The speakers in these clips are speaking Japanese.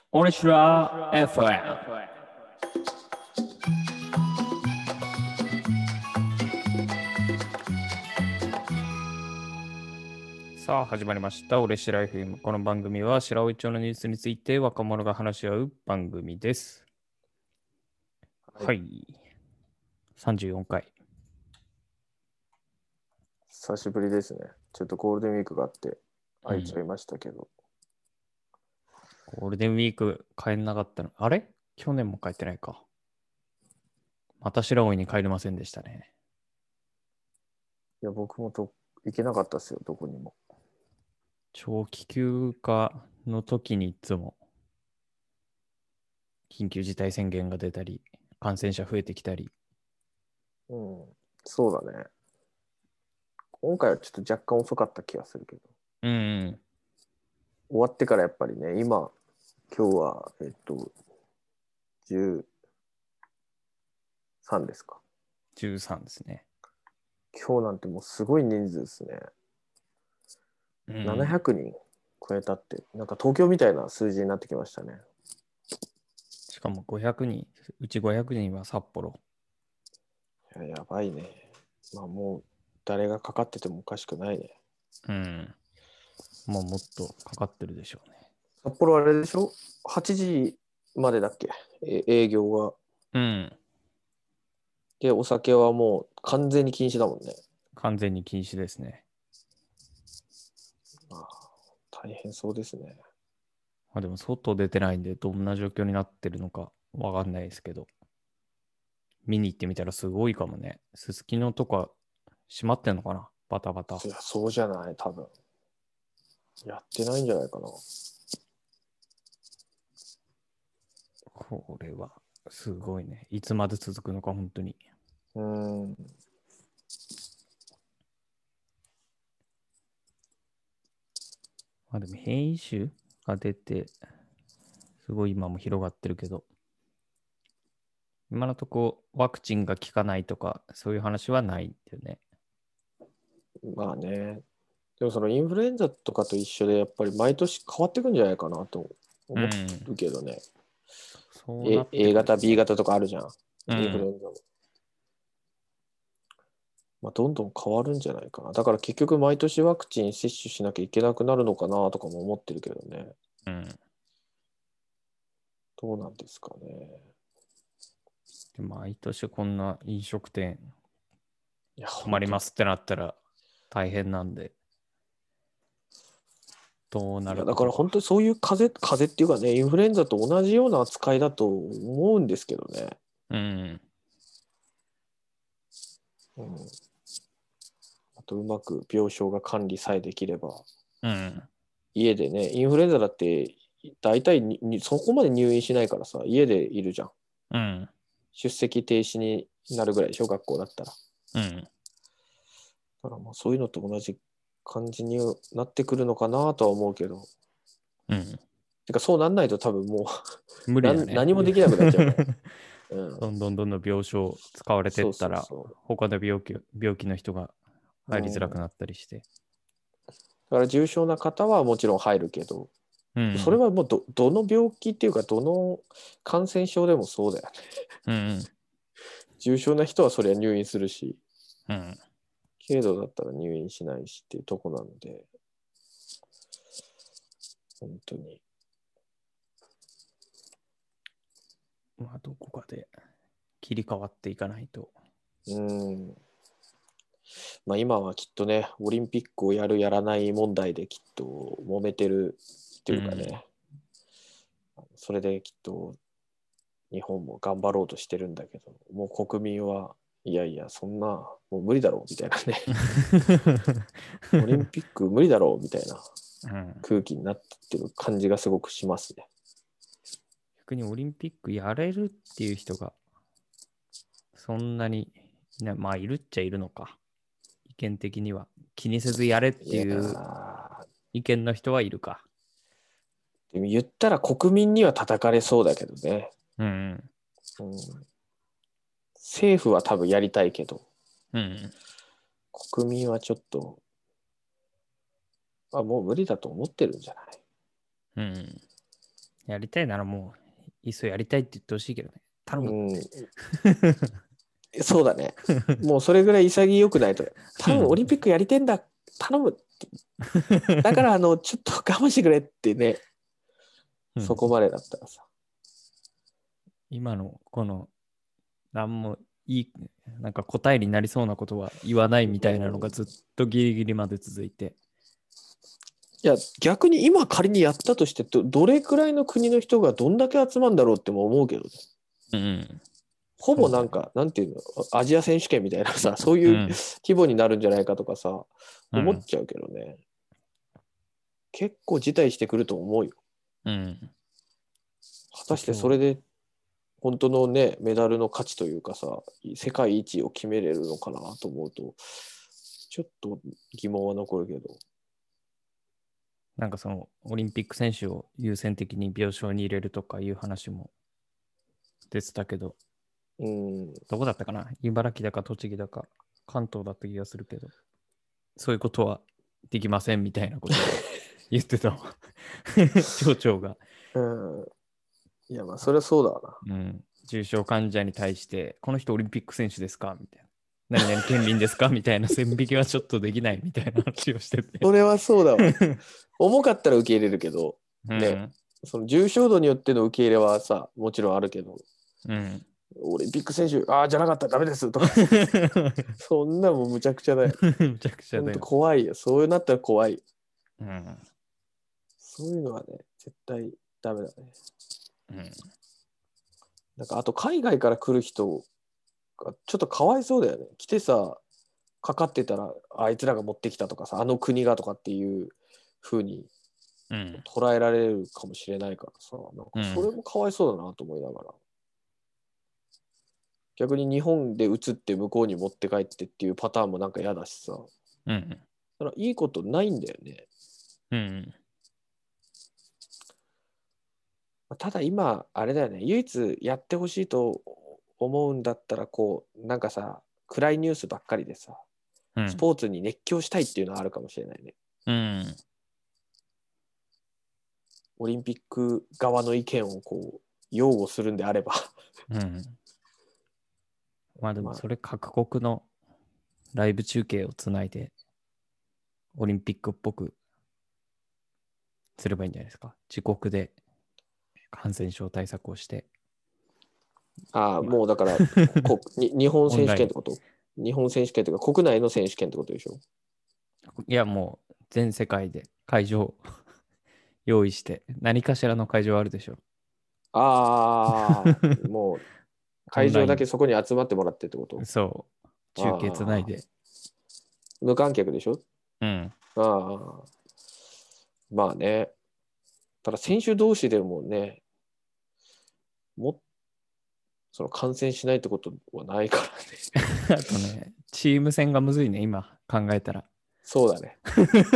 オレシュラ FM。さあ始まりました。オレシュラ FM。この番組は白老町のニュースについて若者が話し合う番組です。 はいはい。34回。 久しぶりですね。ちょっとゴールデンウィークがあってうん。 空いちゃいましたけど。 ゴールデンウィーク帰んなかったの。あれ去年も帰ってないか。また白老に帰れませんでしたね。 いや、僕も行けなかったですよ、どこにも。 長期休暇の時にいつも緊急事態宣言が出たり、感染者増えてきたり。 うん、そうだね。今回はちょっと若干遅かった気がするけど。 うん。 終わってからやっぱりね、今日は、13ですか。 13ですね。 今日なんてもうすごい人数ですね。 うん。 700人超えたって、なんか東京みたいな数字になってきましたね。 しかも500人、うち500人は札幌。 いや、やばいね。まあもう誰がかかっててもおかしくないね。 うん。もうもっとかかってるでしょうね。 札幌あれでしょ？ 8 時までだっけ？営業が。 うん。 で、お酒はもう完全に禁止だもんね。 完全に禁止ですね。 ああ、大変そうですね。 まあでも外出てないんでどんな状況になってるのかわかんないですけど、見に行ってみたらすごいかもね。すすきのとか閉まってんのかなバタバタ。 いや、そうじゃない、多分。やってないんじゃないかな。 これはすごいね。いつまで続くのか本当に。 うーん。 まあでも変異種が出て、すごい今も広がってるけど、今のとこワクチンが効かないとか、そういう話はないんだよね。 まあね。でもそのインフルエンザとかと一緒で、やっぱり毎年変わってくんじゃないかなと思っうん。 るけどね。 そうなって A 型、 くると B ね。 型とかあるじゃん。インフルうん。 エンザも。まあ、どんどん変わるんじゃないかな。だから結局毎年ワクチン接種しなきゃいけなくなるのかなとかも思ってるけどね。 うん。 どうなんですかね。 で毎年こんな飲食店いや、 止ま本当に。 りますってなったら大変なんで、どうないや、 ることか。 だから本当にそういう風邪っていうかね、インフルエンザと同じような扱いだと思うんですけどね。 うん。 うん。あと、うまく病床が管理さえできれば、 うん。 家でね、インフルエンザだって、大体そこまで入院しないからさ、家でいるじゃん。 うん。 出席停止になるぐらいでしょ、学校だったら。 うん。 だからまあそういうのと同じ感じになってくるのかなとは思うけど。 うん。 てかそうなんないと多分もう無理だね。 何もできなくなっちゃうから。うん。 どんどん病床使われてっそうたら、 そうそ他の病気の人がう。 入りづらうん。だくなったりして。 から重症な方はもちろん入るけど、それうん。 はもうどの病気っていうか、どの感染症でもそうだよね。 うん。 重症な人はそれは入院するし、 うん。 軽度だったら入院しないしっていうとこなので、本当に。 まあ、どこかで切り替わっていかないと。 うん。まあ今はきっとね、オリンピックをやるやらない問題できっと揉めてるっていうかね、それできっと日本も頑張ろうとしてるんだけど、もう国民はいやいや、そんな、もう無理だろうみたいなね、オリンピック無理だろうみたいなうん。 空気になってる感じがすごくしますね。 逆にオリンピックやれるっていう人がそんなにまあいるっちゃいるのか。意見的には気にせずやれっいやていうー、 意見の人はいるか。 でも言ったら国民には叩かれそうだけどね。 うん。 うん、政府は多分やりたいけど、 うん。 国民はちょっと、もう無理だと思ってるんじゃない？ うん。 やりたいならもう、いっそやりたいって言ってほしいけどね。頼む。 うん、そうだね。もうそれぐらい潔くないと。頼む、オリンピックやりてんだ。頼む。だからちょっと我慢してくれってね、そこまでだったらさ。 今のこの何もいいなんか答えになりそうなことは言わないみたいなのがずっとギリギリまで続いて、 いや逆に今仮にやったとしてどれくらいの国の人がどんだけ集まるんだろうっても思うけどね。 うん、 ほぼなんか、なんていうの、アジア選手権みたいなさ、そういう規模になるんじゃないかとかさ、思っちゃうけどね。結構辞退してくると思うよ。果たしてそれで本当のね、メダルの価値というかさ、世界一を決めれるのかなと思うと、ちょっと疑問は残るけど。 なんかそのオリンピック選手を優先的に病床に入れるとかいう話も出てたけど、どこだったかな、茨城だか栃木だか関東だった気がするけど、そういうことはできませんみたいなことを言ってたわ町長が。 いや、まあ、それはそうだわな。重症患者に対して、この人オリンピック選手ですかみたいな。何々県民ですかみたいな線引きはちょっとできないみたいな話をしてて。 それはそうだわ。重かったら受け入れるけど、ね、その重症度によっての受け入れはさ、もちろんあるけど、オリンピック選手、じゃなかったらダメですとか、そんなもんむちゃくちゃだよ。 むちゃくちゃだよ。 怖いよ。そうなったら怖い。 うん、 そういうのはね、絶対ダメだね。なんかあと海外から来る人がちょっとかわいそうだよね。来てさ、かかってたらあいつらが持ってきたとかさ、あの国がとかっていう風に捉えられるかもしれないからさ、なんかそれもかわいそうだなと思いながら。逆に日本で移って向こうに持って帰ってっていうパターンもなんか嫌だしさ。だからいいことないんだよね。ただ今、あれだよね、唯一やってほしいと思うんだったら、こう、なんかさ、暗いニュースばっかりでさ、スポーツに熱狂したいっていうのはあるかもしれないね。オリンピック側の意見をこう擁護するんであればまあでもそれ各国のライブ中継をつないでオリンピックっぽくすればいいんじゃないですか。自国で感染症対策をして。 もうだから日本選手権ってこと？日本選手権というか国内の選手権ってことでしょ？ いやもう全世界で会場用意して何かしらの会場あるでしょ。 もう会場だけそこに集まってもらってってこと？ そう。中継つないで。 無観客でしょ？まあね。ただ選手同士でもね、その感染しないってことはないからね。あとね、チーム戦がむずいね、今考えたら。 そうだね。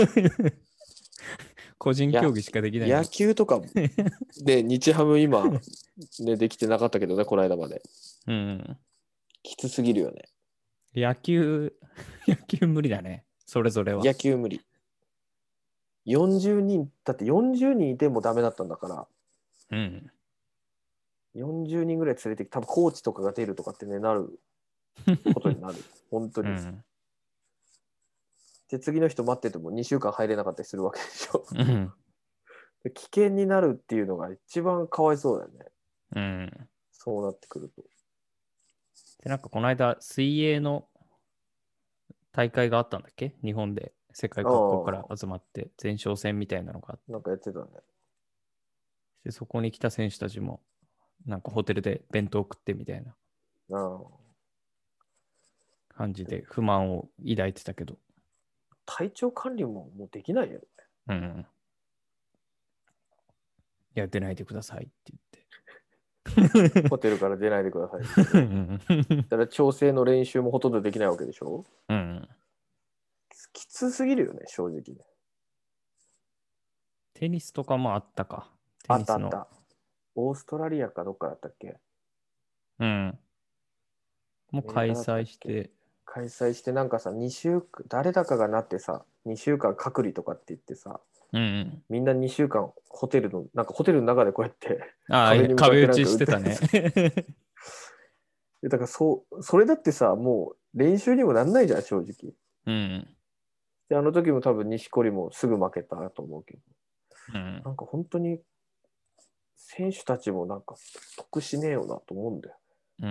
個人競技しかできない。 野球とかで日ハム今、ね、できてなかったけどね、この間まで。きつすぎるよね。 野球無理だね、それぞれは。 野球無理。40人、だって40人いてもダメだったんだから、40人ぐらい連れてきて、多分コーチとかが出るとかってね、なることになる。本当に。で、次の人待ってても2週間入れなかったりするわけでしょ。で危険になるっていうのが一番かわいそうだよね。そうなってくると。 で、なんかこの間、水泳の大会があったんだっけ、日本で世界各国から集まって前哨戦みたいなのがあって。 なんかやってたね。 で、そこに来た選手たちも、なんかホテルで弁当食ってみたいな感じで不満を抱いてたけど。 体調管理ももうできないよね。いや、出ないでくださいって言って。ホテルから出ないでくださいって。だから調整の練習もほとんどできないわけでしょ。きつすぎるよね、正直ね。 テニスとかもあったか。 あったあった。オーストラリアかどっかだったっけ？ もう開催して。 なんかさ、2週間、誰だかがなってさ、2週間隔離とかって言ってさ、 うん。 みんな2週間ホテルの中でこうやってああ、 壁に向かっ壁打てなんかちしてたね。 打ってるやつ。だからそれだってさ、もう練習にもなんないじゃん、正直。 うん。 で、あの時も多分錦織もすぐ負けたと思うけど、 うん。 なんか本当に選手たちもなんか得しねえよなと思うんだよ。 うん。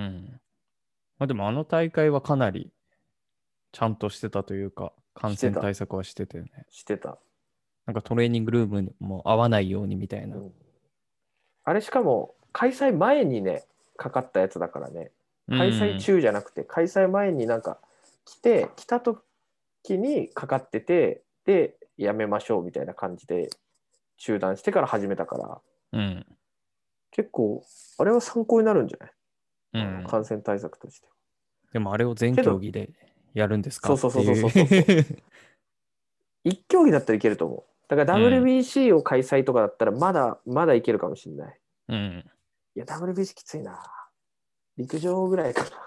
まあでもあの大会はかなりちゃんとしてたというか、感染してた、 対策はしてたよね。 してた。 なんかトレーニングルームにも合わないようにみたいな。 うん、あれしかも開催前にね、かかったやつだからね。 う開催ん。 中じゃなくて、開催前になんか来た時にかかってて、で、やめましょうみたいな感じで中断してから始めたから、 うん。 結構、あれは参考になるんじゃない？ うん。 感染対策として。 でもあれを全けど、 競技でやるんですかそうそうそうそうっていそうそう。 う。 一競技だったらいけると思う。だからうん。 WBC を開催とかだったらまだいけるかもしれない。 うん。 いや、WBC きついな。陸上ぐらいかな。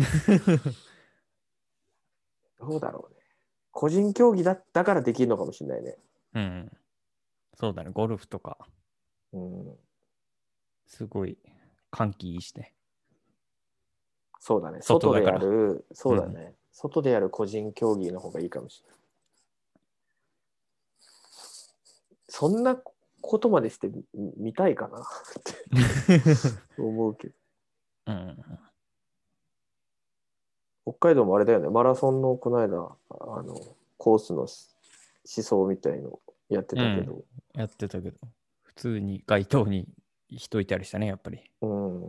どうだろうね。個人競技だったからできるのかもしれないね。 うん。そうだね。ゴルフとか、 うん、 すごい換気いいしね。 そうだね。外で外だから。 やる、そうん。 うだね。外でやる個人競技の方がいいかもしれない。そんなことまでして見たいかなって思うけど。 うん。 北海道もあれだよね。マラソンのこの間、コースの思想みたいのやってうん。 たけど、 やってたけど、普通に街頭に人いたりしたね、やっぱり。 うん。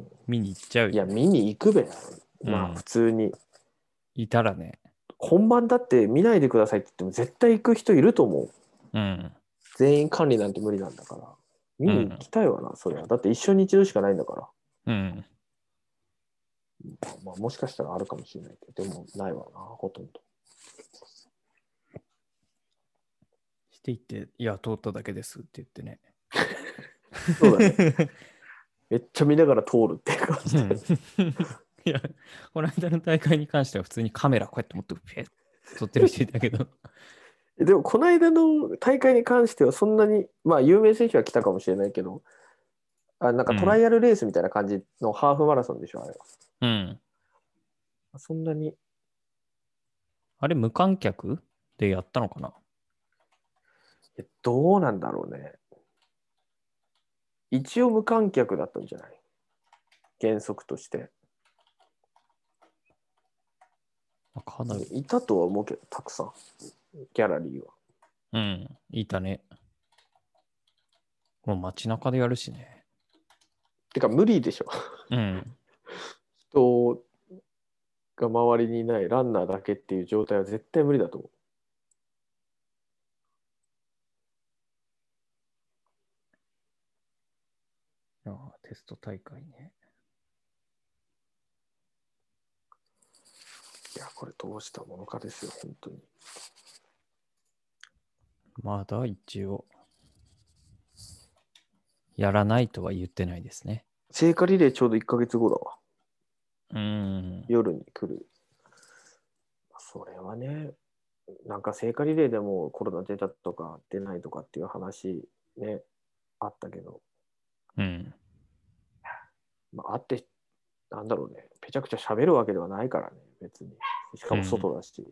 見に行っちゃういや、 よね。 見に行くべ。まあ、 うん。 普通に。 いたらね。 本番だって見ないでくださいって言っても絶対行く人いると思う。 うん。 全員管理なんて無理なんだから。見に行うん。 きたいわな、それは。だって一生に一度しかないんだから。 うん。 まあ、もしかしたらあるかもしれないけど、でもないわな、ほとんど。 していって、いや、通っただけですって言ってね。 そうだね。めっちゃ見ながら通るっていう感じうん。 で。 いや、この間の大会に関しては普通にカメラこうやって持ってペッ撮ってる人いたけど。 でも、この間の大会に関してはそんなに、まあ、有名選手は来たかもしれないけど、なんかトラうん。 イアルレースみたいな感じのハーフマラソンでしょ、あれは。 うん。 そんなに、 あれ、無観客でやったのかな？ どうなんだろうね。一応無観客だったんじゃない？原則として。 かなり。 いたとは思うけど、たくさん。ギャラリーは。 うん。いたね。もう街中でやるしね。 てか、無理でしょ。 うん。 人が周りにいないランナーだけっていう状態は絶対無理だと思いやテスト大会ね。 う。いや、これどうしたものかですよ、本当に。 まだ一応、やらないとは言ってないですね。 聖火リレーちょうど1ヶ月後だわ。 うん。 夜に来る。それはね、なんか聖火リレーでもコロナ出たとか出ないとかっていう話ね、あったけど、 うん。 まあ、あって、なんだろうね、ぺちゃくちゃ喋るわけではないからね、別に。しかもうん。 外だし。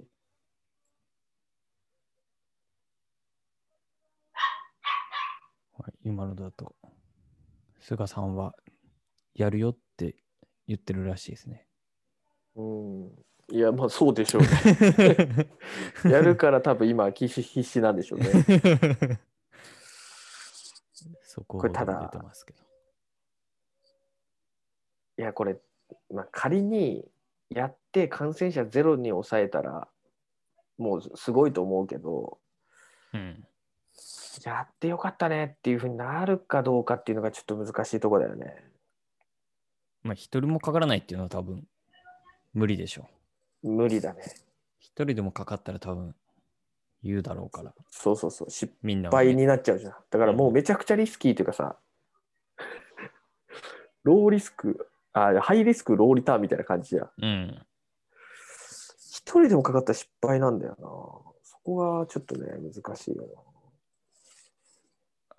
今のだと、菅さんはやるよって言ってるらしいですね。 うん。いや、まあそうでしょうね。やるから多分今必死なんでしょうね。 速これ報でも出てただ、 ますけど。 いや、これ、まあ、仮にやって感染者ゼロに抑えたら、もうすごいと思うけど、 うん。 やってよかったねっていうふうになるかどうかっていうのがちょっと難しいところだよね。 まあ、一人もかからないっていうのは多分無理でしょ無理だね。 う。一人でもかかったら多分言うだろうから、 そうそうそう。失みんなはね。 敗になっちゃうじゃん。だからもううん。 めちゃくちゃリスキーというかさ、ローリスク、ハイリスク、ローリターンみたいな感じじゃん。 うん。 一人でもかかったら失敗なんだよな。そこがちょっとね、難しいよな。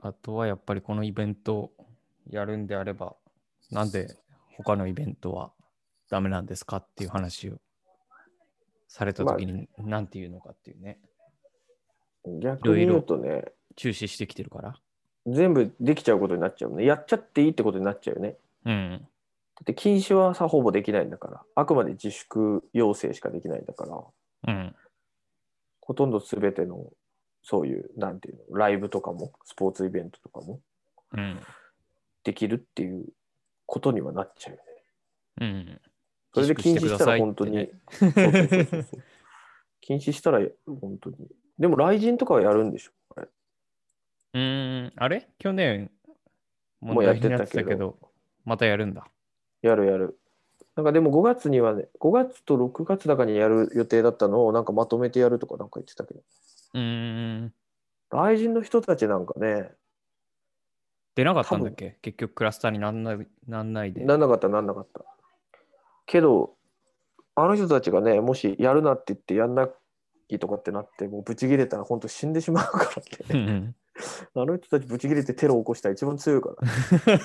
あとはやっぱりこのイベントやるんであれば、なんで他のイベントはダメなんですかっていう話をされたときに何て言うのかっていうね。い逆に言うろいろとね、 中止してきてるから。 全部できちゃうことになっちゃうね。やっちゃっていいってことになっちゃうよね。 うん。 だって禁止はさ、ほぼできないんだから。あくまで自粛要請しかできないんだから。 うん。 ほとんど全ての、そういう、なんていうの、ライブとかも、スポーツイベントとかも、 うん。 できるっていうことにはなっちゃうよね。 うん。 それで自粛してくだ禁止したらさいってね。 本当に、そうそうそうそうそう。禁止したら本当に。でも、雷神とかはやるんでしょあれあれ去年問もうやって題になってたけど、 たけど、またやるんだ。 やるやる。なんかでも5月にはね、5月と6月だかにやる予定だったのをなんかまとめてやるとかなんか言ってたけど、 うーん。 雷神の人たちなんかね、 出なかっ多分、 たんだっけ結局クラスターになんないで。 なんなかったなんなかった。けど、あの人たちがね、もしやるなって言ってやんないとかってなって、もうブチ切れたら本当死んでしまうからね。 うん。 あの人たちブチ切れてテロを起こしたら一番強いからね。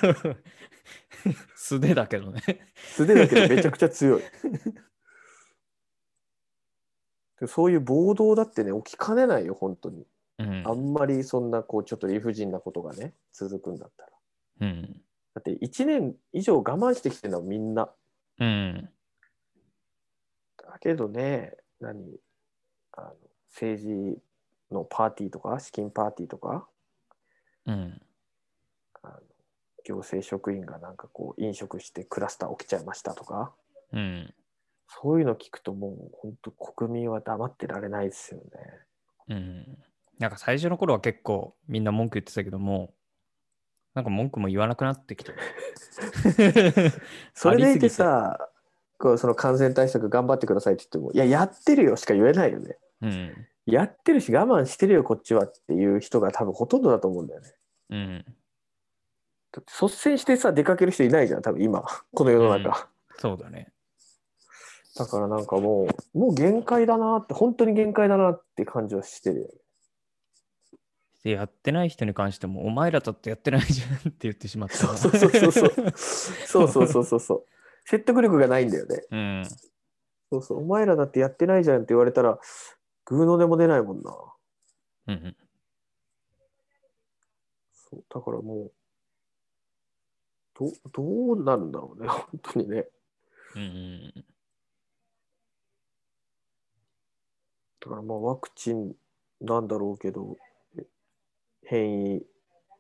素手だけどね。 素手だけどめちゃくちゃ強い。でそういう暴動だってね、起きかねないよ、本当に。 うあん。 んまりそんなこうちょっと理不尽なことがね、続くんだったら。 うん。 だって1年以上我慢してきてるのはみんな。 うん。 だけどね、あの政治のパーティーとか、資金パーティーとか、 うん。 あの行政職員がなんかこう飲食してクラスター起きちゃいましたとか、 うん。 そういうの聞くともう本当国民は黙ってられないですよね。 うん。なんか最初の頃は結構みんな文句言ってたけども、なんか文句も言わなくなってきてる。あそれでいてりすぎて。 さ、こうその感染対策頑張ってくださいって言っても、いや、やってるよしか言えないよね。 うん。 やってるし我慢してるよこっちはっていう人が多分ほとんどだと思うんだよね。 うん。 だって率先してさ出かける人いないじゃん多分今この世うん。 の中。 そうだね。 だからなんかもう限界だなって本当に限界だなって感じはしてるよね。 で、やってない人に関しても、お前らだってやってないじゃんって言ってしまったら。 そうそうそうそうそうそうそうそうそうそう説得力がないんだよね。 うん。 そうそうお前らだってやってないじゃんって言われたらグーの音も出ないもんな。 うん。 そうだからもうどうなるんだろうね本当にね。 うん。 だからまあワクチンなんだろうけど変異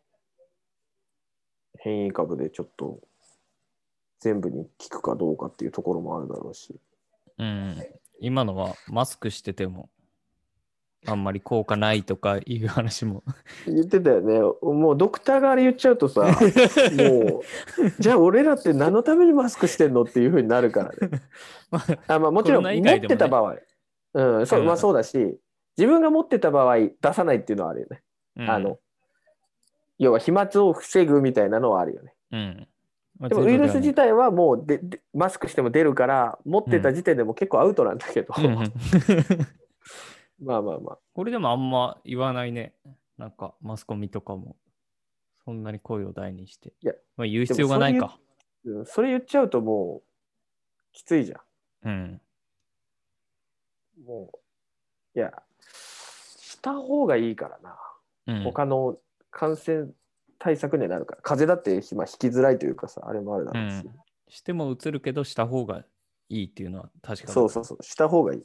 変異株でちょっと全部に効くかどうかっていうところもあるだろうし。 うん。今のはマスクしててもあんまり効果ないとかいう話も。 言ってたよね。もうドクターがあれ言っちゃうとさ、もう、じゃあ俺らって何のためにマスクしてんのっていう風になるからね。まあもちろんコロナ以持っ外でもね。 てた場合、そう、まあうん。 そうだし、自分が持ってた場合出さないっていうのはあるよね。 うん。 あの、要は飛沫を防ぐみたいなのはあるよね。 うん。まあ、 でもウイゼロではない。 ルス自体はもうマスクしても出るから、持ってたうん。 時点でも結構アウトなんだけど、 うん。 まあまあまあ。 これでもあんま言わないね。なんかマスコミとかもそんなに声を大にして。 いや、 まあ言うで必要がもないか。 それ言っちゃうともうきついじゃうん。 ん。いや、した方がいいからな。 うん。 他の感染対策になるから。風邪だってまあ引きづらいというかさ、あれもあるだろうし。 うん。しても映るけどした方がいいっていうのは確かだから。 そうそうそう、した方がいい。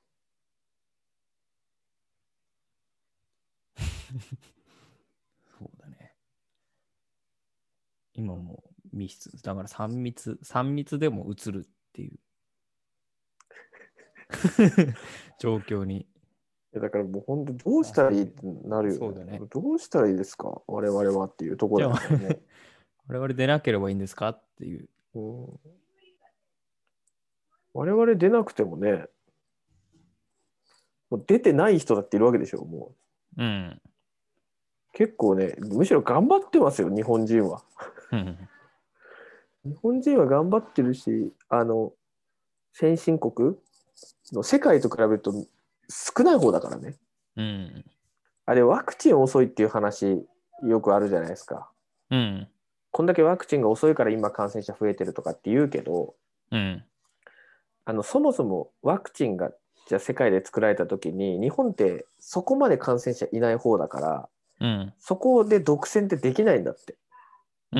そうだね。今もう密室。だから3密でも映るっていう状況に。 だからもう本当どうしたらいいってなるよね。 そうだね。 どうしたらいいですか我々はっていうとこじゃあ、 ろだよね。も我々出なければいいんですかっていう。 う、我々出なくてもね、もう出てない人だっているわけでしょ。もうん。 う結構ね、むしろ頑張ってますよ、日本人は。 うん。 日本人は頑張ってるし、先進国の世界と比べると少ない方だからね。 うん。 あれ、ワクチン遅いっていう話よくあるじゃないですか。 うん。 こんだけワクチンが遅いから今感染者増えてるとかって言うけど、 うん。 そもそもワクチンがじゃあ世界で作られた時に日本ってそこまで感染者いない方だから、 うん。 そこで独占ってできないんだって。 うん。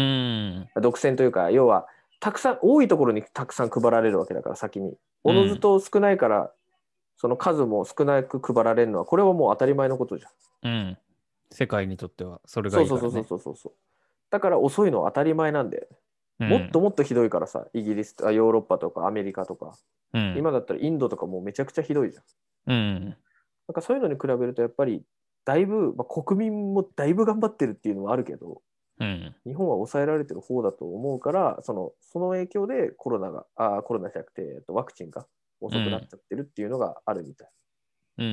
独占というか、要はたくさん多いところにたくさん配られるわけだから先に。おのずうん。 と少ないからその数も少なく配られるのはこれはもう当たり前のことじゃん。 うん。世界にとってはそれがそうそうそうそういいからね。 そうそう。だから遅いのは当たり前なんだよね。もっとうん。 もっとひどいからさ、イギリス、ヨーロッパとかアメリカとか、 うん。 今だったらインドとかもうめちゃくちゃひどいじゃん。 うん。 なんかそういうのに比べるとやっぱりだいぶ、国民もだいぶ頑張ってるっていうのはあるけど、 うん。 日本は抑えられてる方だと思うから、その影響でコロナじゃなくて、ワクチンが遅くなっちゃってるっていうのがあるみたい。 うん。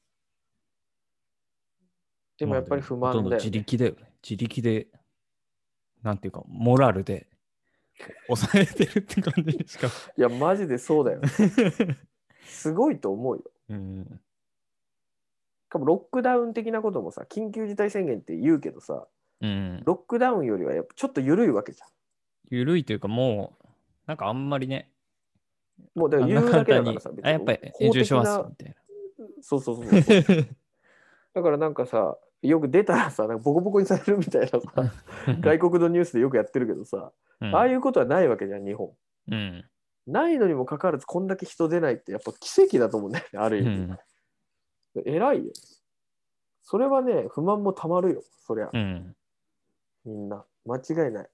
でもまあでも、 やっぱり不ほとんど自満だよね。 力だよね。自力で、なんていうか、モラルで抑えてるって感じしか。 いや、マジでそうだよね。すごいと思うよ。 うん。 しかもロックダウン的なこともさ、緊急事態宣言って言うけどさ、 うん。 ロックダウンよりはやっぱちょっと緩いわけじゃゆるいというか、もう、なんかあんまりね、 ん。もうだからあんな言うだ簡単に、 けだからさ、別あ、 にやっぱり炎法上します、 的な、 みたいそうそうそうそう。 な。 だからなんかさ、よく出たらさ、なんかボコボコにされるみたいなさ、外国のニュースでよくやってるけどさ、ああいうん。 うことはないわけじゃん、日本。 うん。 ないのにもかかわらずこんだけ人出ないってやっぱ奇跡だと思うんだよね、ある意味。 うん。 偉いよ。それはね、不満もたまるよ、そりゃ。 うん。 みんな。間違いない。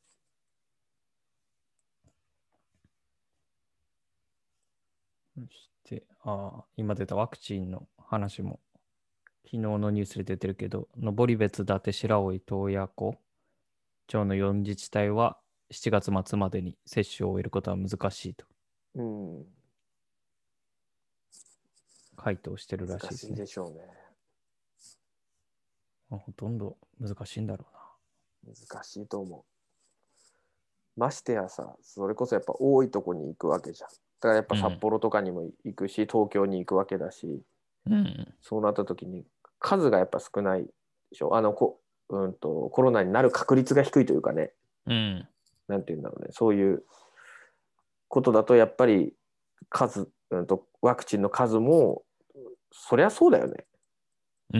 そして、今出たワクチンの話も、昨日のニュースで出てるけど、登別、伊達、白老、洞爺湖町の4自治体は7月末までに接種を終えることは難しいとうん。 回答してるらしい難しいでですね。 しょうね。 ほとんど難しいんだろ難しいと思う。ましてやさ、それこそやっぱ多いとこに行くわけじゃん。だからやっぱうな。 札幌とかにも行くし、東京に行くわけだし、 うん。うん。 そうなった時に数がやっぱ少ないでしょ。コロナになる確率が低いというかね、 うん。 なんていうんだろうね、そういうことだとやっぱりワクチンの数も、そりゃそうだよね。 うん。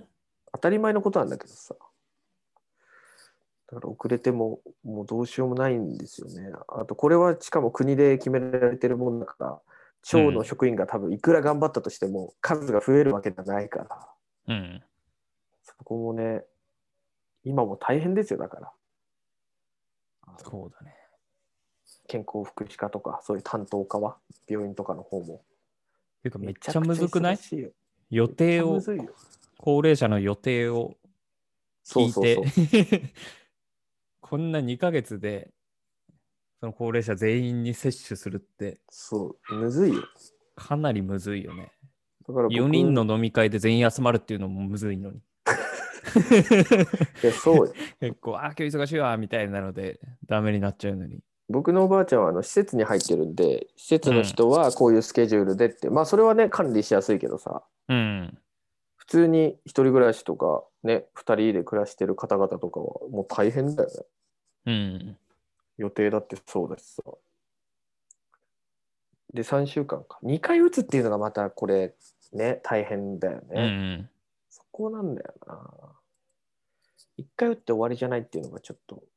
当たり前のことなんだけどさ。だから遅れてももうどうしようもないんですよね。あとこれはしかも国で決められてるもんだから、町の職員が多分いくら頑張ったとしても数が増えるわけじゃないから、 うん。 そこもね、今も大変ですよ。だからそうだね。 健康福祉課とかそういう担当課は病院とかの方もていうかめめっちゃむちゃくちゃずくない？ 忙しいよ。 予めっちゃむ定を、 ずいよ。 高齢者の予定を聞いてそうそうそこんな2ヶ月でその高齢者全員に接種するってそうむずいよ。 かなりむずいよね。 だから 4人の僕、 飲み会で全員集まるっていうのもむずいのに。 そうよ。 結構、今日忙しいわ、みたいなのでダメになっちゃうのに。 僕のおばあちゃんは施設に入ってるんで、施設のうん。 人はこういうスケジュールでって、まあそれはね、管理しやすいけどさ、 うん。 普通に一人暮らしとかね、二人で暮らしてる方々とかはもう大変だよね。 うん。 予定だってそうだしさ。で、3週間か。2回打つっていうのがまたこれね、大変だようね。 ん。 そこなんだよな。1回打って終わりじゃないっていうのがちょっと。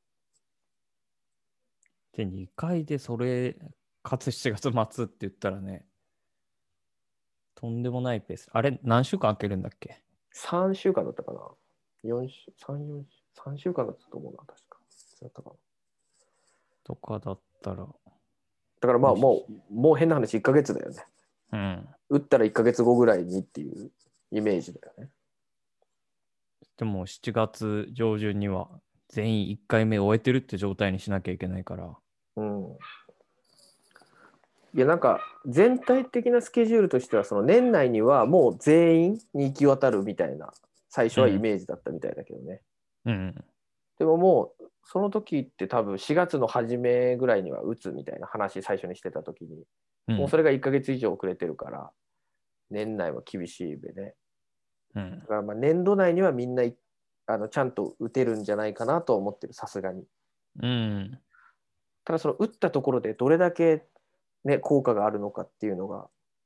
で、2回でそれ、かつ7月末って言ったらね、とんでもないペース。あれ、何週間空けるんだっけ？ 3週間だったかな。4週、3、4、3週間だったと思うな、確か。だったかな。 とかだったら、 だからまあもう変な話1ヶ月だよね。 うん。 打ったら1ヶ月後ぐらいにっていうイメージだよね。 でも7月上旬には全員1回目終えてるって状態にしなきゃいけないから。 うん。いやなんか全体的なスケジュールとしてはその年内にはもう全員に行き渡るみたいな最初はイメージだったみたいだけどね。 うん。 でももうその時って多分4月の初めぐらいには打つみたいな話最初にしてた時に、 うん。 もうそれが1ヶ月以上遅れてるから年内は厳しいべね。 うん。 だからまあ年度内にはみんなちゃんと打てるんじゃないかなと思ってる、さすがに。 うん。 ただその打ったところでどれだけ、ね、効果があるのかっていうのが、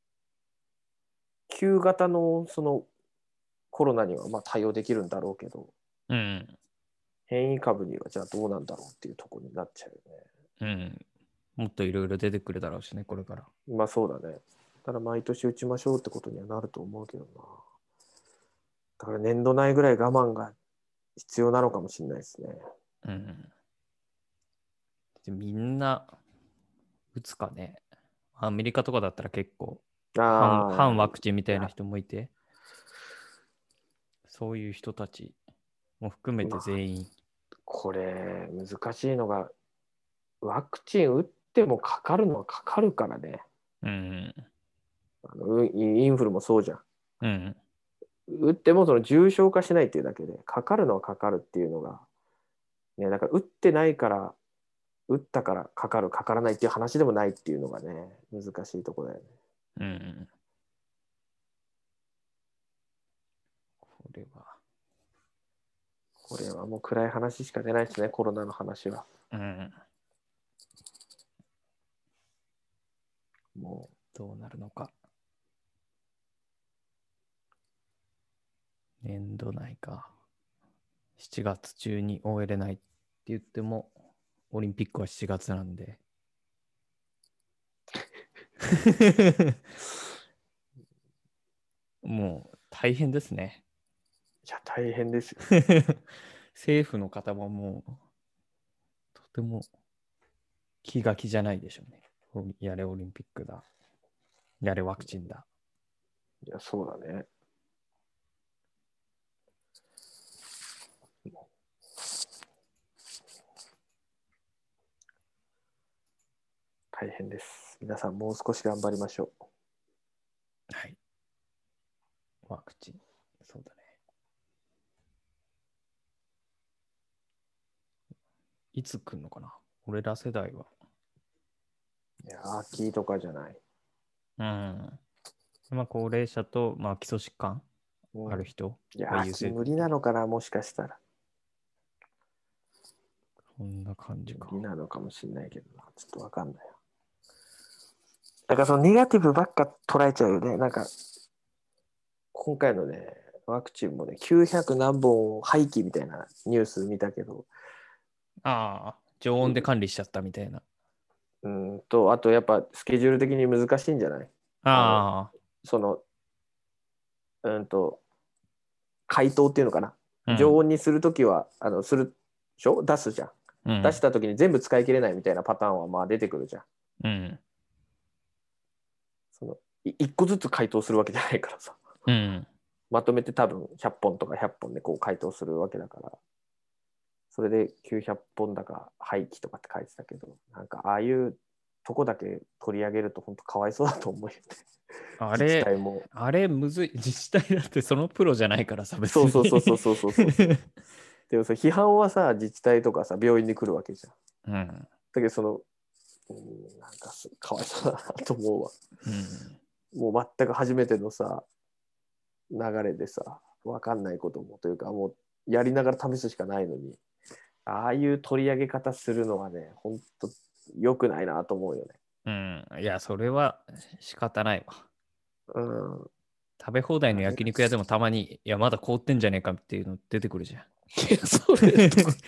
旧型のそのコロナにはまあ対応できるんだろうけど、 うん。 変異株にはじゃあどうなんだろうっていうところになっちゃうよね。 うん。もっといろいろ出てくるだろうしね、これから。 まあそうだね。ただ毎年打ちましょうってことにはなると思うけどな。だから年度内ぐらい我慢が必要なのかもしれないですね。 うん。みんな打つかね。アメリカとかだったら結構反ワクチンみたいな人もいて、そういう人たちも含めて全員。 これ難しいのが、ワクチン打ってもかかるのはかかるからね。 うん。 インフルもそうじゃん。 うん。 打ってもその重症化しないっていうだけで、かかるのはかかるっていうのが、ね、だから打ってないから、打ったからかかる、かからないっていう話でもないっていうのがね、難しいところだよね。 うん。 これはもう暗い話しか出ないですね、コロナの話は。 うん。 もどうなるのか。年度内か。7月中に終えれないって言っても、オリンピックは7月なんで。もう大変ですね。 いや、大変ですよ。 政府の方ももう、とても気が気じゃないでしょうね。やれオリンピックだ。やれワクチンだ。 いや、そうだね。大変です。皆さんもう少し頑張りましょう。 はい。ワクチン。そうだね。いつ来るのかな、俺ら世代は。 いや、秋とかじゃない。 うん。まあ、高齢者と、まあ、基礎疾患ある人いや、 が優先。 秋無理なのかな、もしかしたら。 こんな感じか。 無理なのかもしれないけどな、ちょっとわかんない。だからそのネガティブばっか捉えちゃうよね。なんか、今回のね、ワクチンもね、900何本廃棄みたいなニュース見たけど、 ああ、常温で管理しちゃったみたいな。 あとやっぱスケジュール的に難しいんじゃない？ あその、うんと、解凍っていうのかな。 あ、うん。 常温にするときは、するでしょ？出すじゃん。 うん。 出したときに全部使い切れないみたいなパターンはまあ出てくるじゃん。 うん。 その一個ずつ解凍するわけじゃないからさ。 うん。 まとめて多分100本とか100本でこう解凍するわけだから、それで900本だか廃棄とかって書いてたけど、なんかああいうとこだけ取り上げると本当かわいそうだと思うよね。自治体も。 あれ、むずい。自治体だってそのプロじゃないからさ、別に。 そうそうそうそうそうそうそう。でもさ、批判はさ、自治体とかさ、病院に来るわけじゃん。 うん。 だけどその、なんかかわいそうだなと思うわ。 うん。 もう全く初めてのさ、流れでさ、分かんないこともというか、もうやりながら試すしかないのに、ああいう取り上げ方するのはね、本当良くないなと思うよね。 うん。いや、それは仕方ないわ。 うん。 食べ放題のダメだ。 焼肉屋でもたまに、いや、まだ凍ってんじゃねえかっていうの出てくるじゃん。 いや、それとか、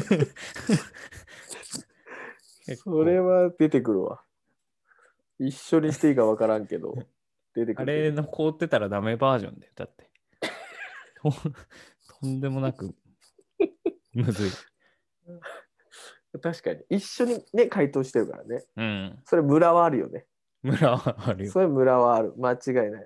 結それ構。 は出てくるわ。一緒にしていいか分からんけど、出てくある出てくる。 れの凍ってたらダメバージョンで、だって。とんでもなくむずい。 確かに。一緒にね、回答してるからね。 うん。 それムラはあるよね。 村はあるよ。 それムラはある。間違いない。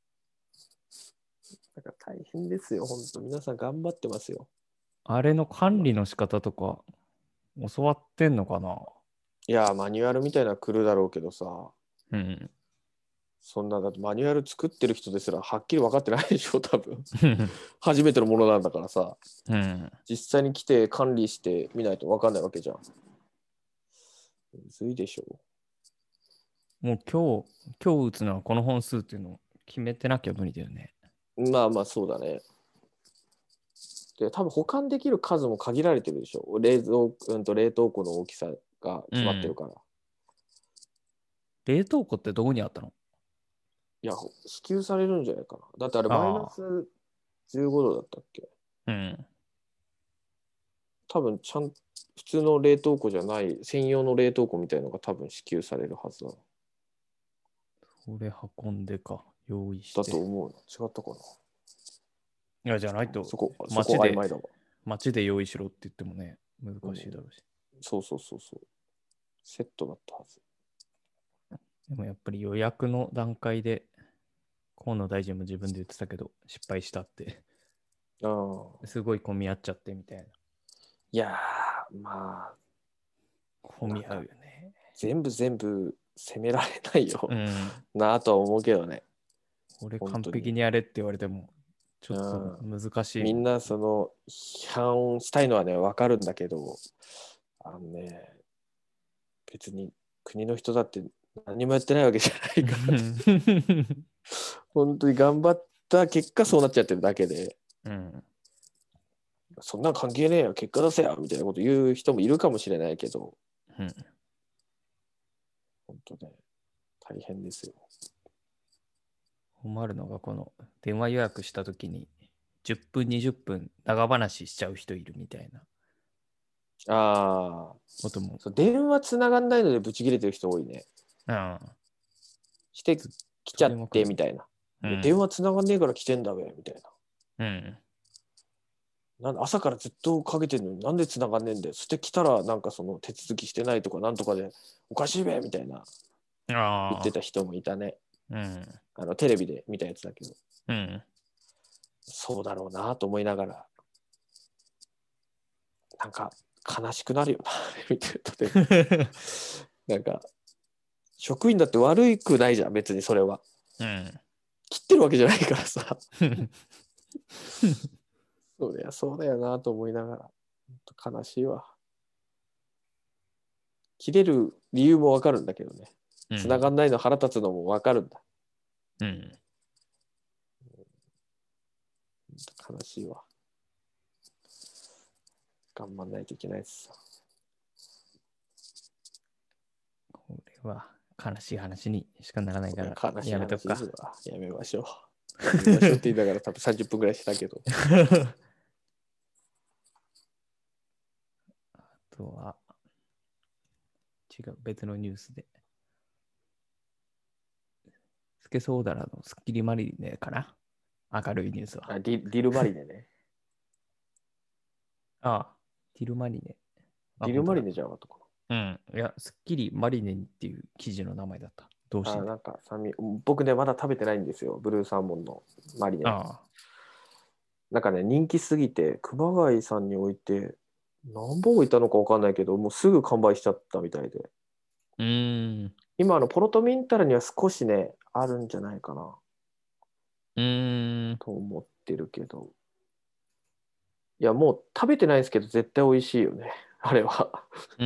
だから大変ですよ、本当。皆さん頑張ってますよ。 あれの管理の仕方とか教わってんのかな。 いや、マニュアルみたいなの来るだろうけどさ、 うん。 そんな、だってマニュアル作ってる人ですらはっきり分かってないでしょ、多分。初めてのものなんだからさ、 うん。 実際に来て管理してみないと分かんないわけじゃん。むずいでしょ。 もう今日打つのはこの本数っていうのを決めてなきゃ無理だよね。 まあまあ、そうだね。 で、多分保管できる数も限られてるでしょ。冷凍庫の大きさが決まってるから。 冷凍庫ってどこにあったの？ いや、支給されるんじゃないかな。だってあれマイナああ。 ス15度だったっけ？ うん。 多分普通の冷凍庫じゃない専用の冷凍庫みたいのが多分支給されるはずだ。 それ運んでか。用意して。 だと思うな。違ったかな。 いや、じゃないと、 そこ街で、 曖昧だわ。 街で用意しろって言ってもね、難しいだろうし。 そう。セットだったはず。 でもやっぱり予約の段階で、河野大臣も自分で言ってたけど、失敗したって。 ああ。 すごい混み合っちゃってみたいな。 いやー、まあ、 混み合うよね。 全部責められないよ、 うん。 なとは思うけどね。 俺本当に完璧にやれって言われても、ちょっと難しいもん。 みんなその批判したいのはね、わかるんだけど、別に国の人だって何もやってないわけじゃないから本当に頑張った結果そうなっちゃってるだけで、 うん、 そんなん関係ねえよ、結果出せよみたいなこと言う人もいるかもしれないけど、 うん、 本当ね、大変ですよ。 困るのがこの電話予約した時に10分20分長話しちゃう人いるみたいなああ、 ことも、 そう、電話つながんないのでブチ切れてる人多いね。 うん、 して来ちゃってみたいな。 うん、 電話つながんねえから来てんだべみたいうん、 な。朝からずっとかけてるのになんでつながんねえんだよ。そして来たらなんかその手続きしてないとかなんとかでおかしいべみたいな言ってた人もいたね。 うん、 テレビで見たやつだけど。 うん、 そうだろうなと思いながら、なんか悲しくなるよな見てるとね。なんか職員だって悪くないじゃん、別にそれは。 うん、 切ってるわけじゃないからさ。そうだよなと思いながら、悲しいわ。切れる理由もわかるんだけどね。繋がんないの腹立つのもわかるんだ。 うん、 悲しいわ。頑張んないといけないですさ。 これは悲しい話にしかならないから悲しいやめとくか。 話ですわ。やめましょう。やめましょうって言いながら多分30分ぐらいしたけど。 あとは違う別のニュースでスケソウダラのスッキリマリネかな。明るいニュースは。 ディルマリネね。 ああ、ディルマリネ。 ディルマリネじゃなかったかうん。いや、スッキリマリネっていう記事の名前だった。どうしな。 てなんか僕ね、まだ食べてないんですよ。ブルーサーモンのマリネ。 ああ。 なんかね、人気すぎて、熊谷さんに置いて、何本置いたのか分かんないけど、もうすぐ完売しちゃったみたいで。 うーん。 今、ポロトミンタラには少しね、あるんじゃないかなうーん。 と思ってるけど。いや、もう食べてないですけど、絶対美味しいよね。あれは。 うん。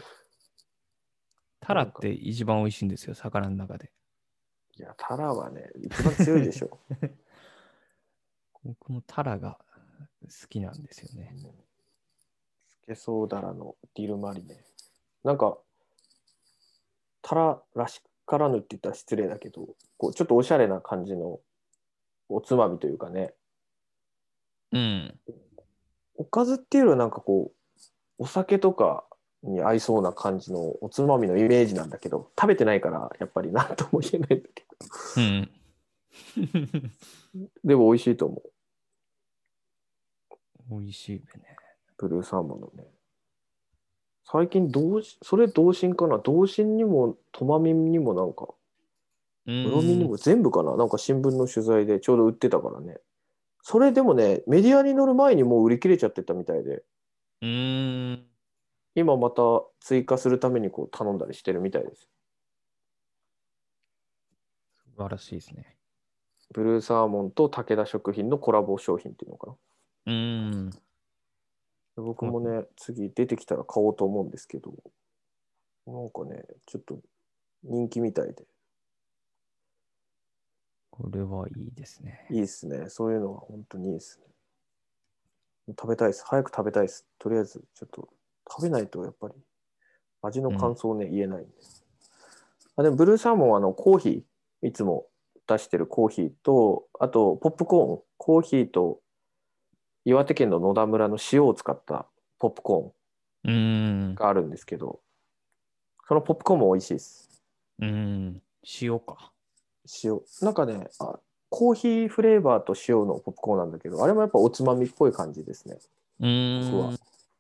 タラなんか、 って一番美味しいんですよ、魚の中で。 いや、タラはね、一番強いでしょ。 僕もタラが好きなんですよね。 スケソウダラのディルマリネ。なんか、タラらしからぬって言ったら失礼だけど、こうちょっとおしゃれな感じのおつまみというかね、 うん。 おかずっていうよりはなんかこう、お酒とかに合いそうな感じのおつまみのイメージなんだけど、食べてないからやっぱり何とも言えないんだけうん。 ど、でも美味しいと思う。 美味しいね。 ブルーサーモンのね。最近それ同心かな、同心にもトマミにもなんか、 う室見にーん。 も全部かな、なんか新聞の取材でちょうど売ってたからね。それでもね、メディアに載る前にもう売り切れちゃってたみたいで、 うーん。 今また追加するためにこう頼んだりしてるみたいです。 素晴らしいですね。 ブルーサーモンと武田食品のコラボ商品っていうのかな。 うーん。 僕もね、次出てきたら買おうと思うんですけど、なんかね、ちょっと人気みたいで。 これはいいですね。 いいですね。そういうのは本当にいいですね。 食べたいです。早く食べたいです。とりあえず、ちょっと食べないとやっぱり味の感想をね、言えないんで。でもブルーサーモンはコーヒー、いつも出してるコーヒーと、あとポップコーン、コーヒーと岩手県の野田村の塩を使ったポップコーンうーん。 があるんですけど、そのポップコーンも美味しいです。 うーん。塩か。 塩。なんかね、コーヒーフレーバーと塩のポップコーンなんだけど、あれもやっぱおつまみっぽい感じですね、 う僕は。 ーん。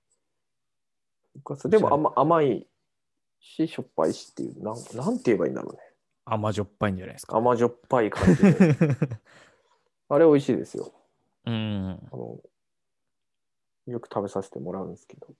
おでもしゃれ。 甘いし、しょっぱいしっていう、なんて言えばいいんだろうね。 甘じょっぱいんじゃないですか。 甘じょっぱい感じで。あれ美味しいですよ。 うーん。 よく食べさせてもらうんですけど。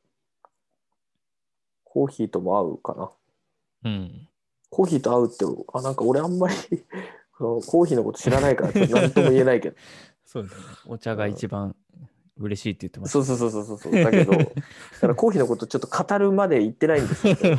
コーヒーとも合うかな。 うん。 コーヒーと合うって、なんか俺あんまりコーヒーのこと知らないからちょっと何とも言えないけど。 そうだね。お茶がうん、 一番嬉しいって言ってましたね。 そうそうそうそうそう。だけど、だからコーヒーのことちょっと語るまで言ってないんですけど、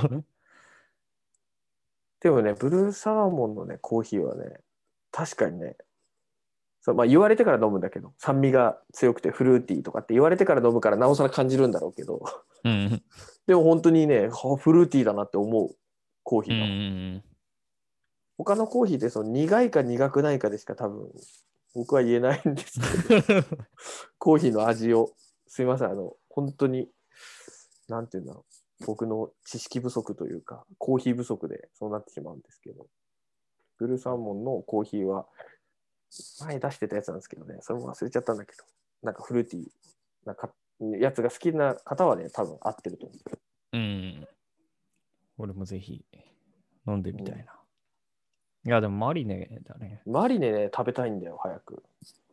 でもね、ブルーサーモンのね、コーヒーはね、確かにね、まあ、言われてから飲むんだけど、酸味が強くてフルーティーとかって言われてから飲むからなおさら感じるんだろうけど、 うん。 でも本当にね、フルーティーだなって思うコーヒうーだわ。 ん。 他のコーヒーって苦いか苦くないかでしか多分僕は言えないんですけど、コーヒーの味を、すいません、本当に、なんていうんだろう、僕の知識不足というか、コーヒー不足でそうなってしまうんですけど、ブルーサーモンのコーヒーは、前出してたやつなんですけどね、それも忘れちゃったんだけど、なんかフルーティーなやつが好きな方はね、多分合ってると思うん。俺もぜひ飲んでみたう。 いな。いや、でもマリネだね。 マリネね、食べたいんだよ、早く。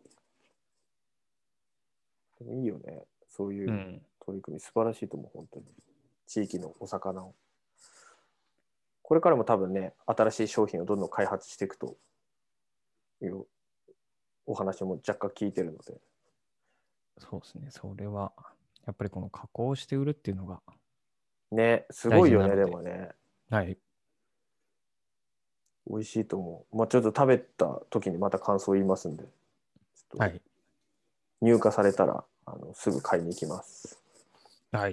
でもいいよね、そういううん。 取り組み、素晴らしいと思う、本当に。地域のお魚を。これからも多分ね、新しい商品をどんどん開発していくというお話も若干聞いてるので。 そうですね。それは、やっぱりこの加工して売るっていうのがね、す大ごいよね、 事なので。 でもね。 はい。 美味しいと思う。まあ、ちょっと食べた時にまた感想を言いますんで、ちょっとはい。 入荷されたらすぐ買いに行きます。 はい。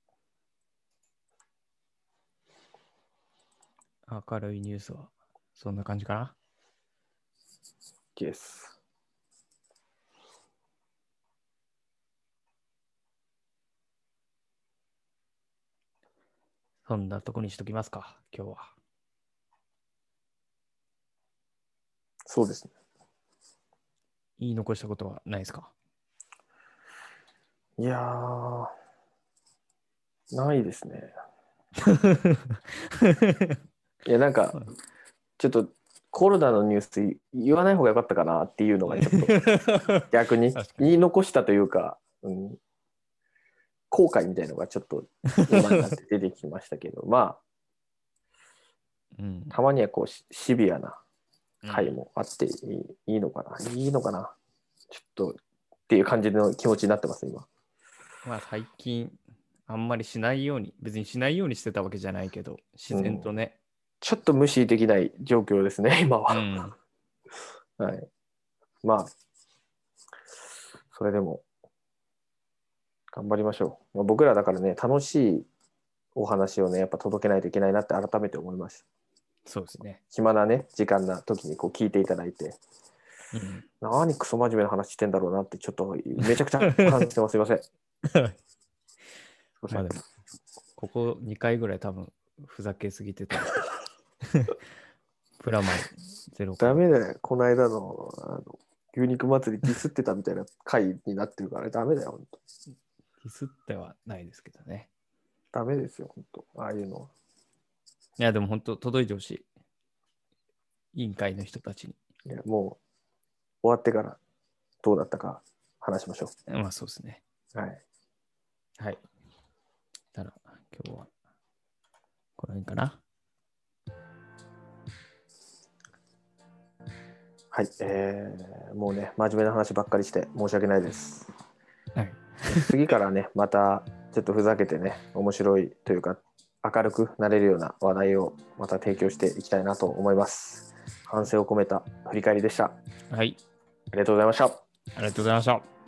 明るいニュースは、そんな感じかな。 です。 そんなとこにしときますか、今日は。 そうですね。 言い残したことはないですか？ いやー、ないですね。いや、なんか、ちょっとコロナのニュース言わない方がよかったかなっていうのがちょっと逆に確かに。 言い残したというか、後悔みたいなのがちょっと今になって出てきましたけど、まあ、 うん。 たまにはこうシビアなうん。 回もあっていいのかな、いいのかな、ちょっとっていう感じの気持ちになってます、今。 まあ最近、あんまりしないように、別にしないようにしてたわけじゃないけど、自然とね。 ちょっと無視できない状況ですね、今は。 うん。 はい。まあ、それでも頑張りましょう。まあ、僕らだからね、楽しいお話をね、やっぱ届けないといけないなって改めて思いました。 そうですね。 暇なね、時間な時にこう聞いていただいて、 うん。 何クソ真面目な話してんだろうなって、ちょっとめちゃくちゃ反省してます。すいません。すいません。 まあでも、ここ2回ぐらい多分、ふざけすぎてた。プラマイゼロかな。 ダメだよ。この間の、牛肉祭りディスってたみたいな回になってるから、ダメだよ、本当。 ディスってはないですけどね。 ダメですよ、本当。ああいうのは。 いや、でも本当、届いてほしい。委員会の人たちに。 いや、もう終わってからどうだったか話しましょまあそうですね。 う。はい。 はい。ただ、今日は、この辺かな。 はい。もうね、真面目な話ばっかりして申し訳ないです。 はい。 次からね、またちょっとふざけてね、面白いというか、明るくなれるような話題をまた提供していきたいなと思います。反省を込めた振り返りでした。 はい。 ありがとうございました。 ありがとうございました。